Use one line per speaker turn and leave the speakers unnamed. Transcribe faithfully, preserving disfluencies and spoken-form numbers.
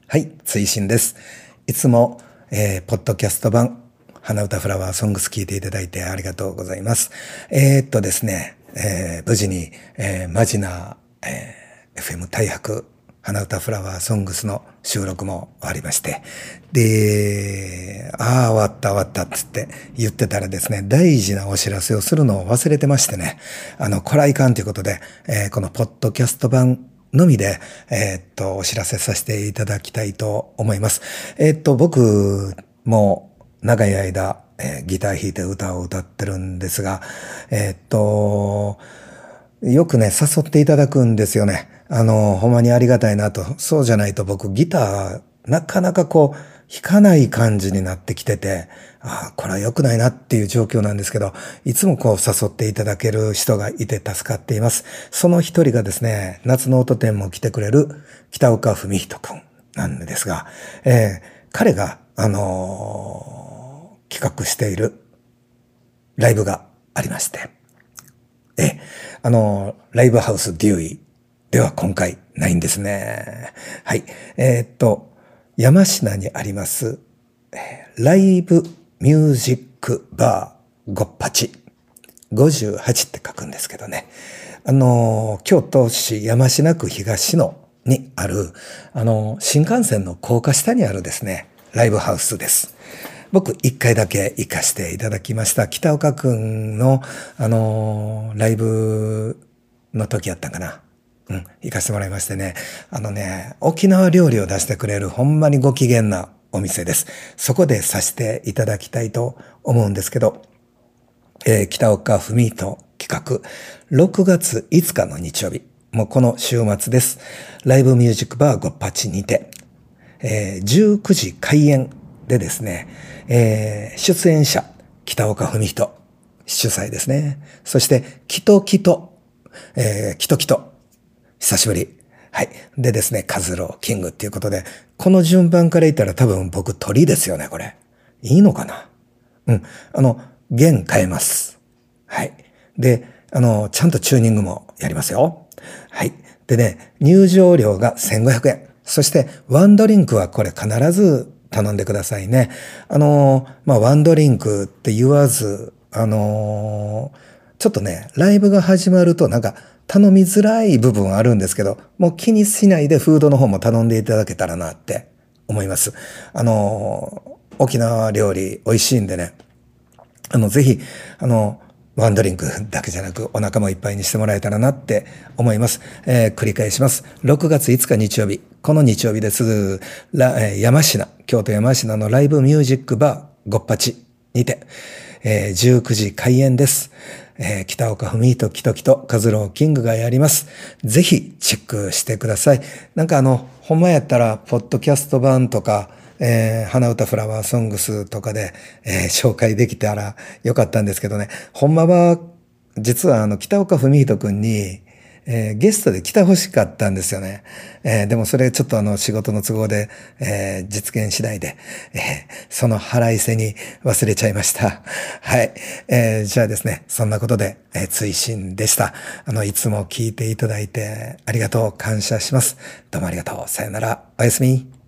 はい、追伸です。いつも、えー、ポッドキャスト版、花歌フラワーソングス聞いていただいてありがとうございます。えー、っとですね、えー、無事に、えー、マジな、えー、エフエム 大白、花歌フラワーソングスの収録も終わりまして、で、ああ、終わった終わったっつって言ってたらですね、大事なお知らせをするのを忘れてましてね、あの、こらいかんということで、えー、このポッドキャスト版のみで、えー、っと、お知らせさせていただきたいと思います。えー、っと、僕も長い間、えー、ギター弾いて歌を歌ってるんですが、えー、っと、よくね、誘っていただくんですよね。あの、ほんまにありがたいなと。そうじゃないと僕ギター、なかなかこう、弾かない感じになってきてて、ああ、これは良くないなっていう状況なんですけど、いつもこう誘っていただける人がいて助かっています。その一人がですね、夏の音展も来てくれる北岡文人くんなんですが、えー、彼が、あのー、企画しているライブがありまして、え、あの、ライブハウスデューイでは今回ないんですね。はい。えー、っと、山科にあります、ライブミュージックバーごっぱち。ごじゅうはちって書くんですけどね。あの、京都市山科区東野にある、あの、新幹線の高架下にあるですね、ライブハウスです。僕一回だけ行かせていただきました。北岡くんの、あのー、ライブの時やったんかな。うん、行かせてもらいましてね。あのね、沖縄料理を出してくれるほんまにご機嫌なお店です。そこでさせていただきたいと思うんですけど、えー、北岡文人企画、ろくがついつかの日曜日、もうこの週末です。ライブミュージックバーごっぱちにて、えー、じゅうくじ開演でですね、えー、出演者、北岡文人、主催ですね。そして、キトキト、えー、キトキト、久しぶり。はい。でですね、カズロー、キングっていうことで、この順番から言ったら多分僕鳥ですよね、これ。いいのかな？うん。あの、弦変えます。はい。で、あの、ちゃんとチューニングもやりますよ。はい。でね、入場料がせんごひゃくえん。そして、ワンドリンクはこれ必ず頼んでくださいね。あの、まあ、ワンドリンクって言わず、あの、ちょっとね、ライブが始まるとなんか頼みづらい部分はあるんですけど、もう気にしないでフードの方も頼んでいただけたらなって思います。あの、沖縄料理美味しいんでね、あの、ぜひ、あの、ワンドリンクだけじゃなくお腹もいっぱいにしてもらえたらなって思います。えー、繰り返します。ろくがついつか日曜日、この日曜日です。ら、えー、山科、京都山科のライブミュージックバーごっぱちにて、えー、じゅうくじ開演です。えー、北岡文人、キトキト、カズローキングがやります。ぜひチェックしてください。なんかあの、ほんまやったら、ポッドキャスト版とか、えー、花歌フラワーソングスとかで、えー、紹介できたらよかったんですけどね。ほんまは、実はあの、北岡文人くんに、えー、ゲストで来てほしかったんですよね。えー、でもそれちょっとあの仕事の都合で、えー、実現しないで、えー、その腹いせに忘れちゃいました。はい。えー、じゃあですね、そんなことで、えー、追伸でした。あの、いつも聞いていただいてありがとう、感謝します。どうもありがとう。さよなら。おやすみ。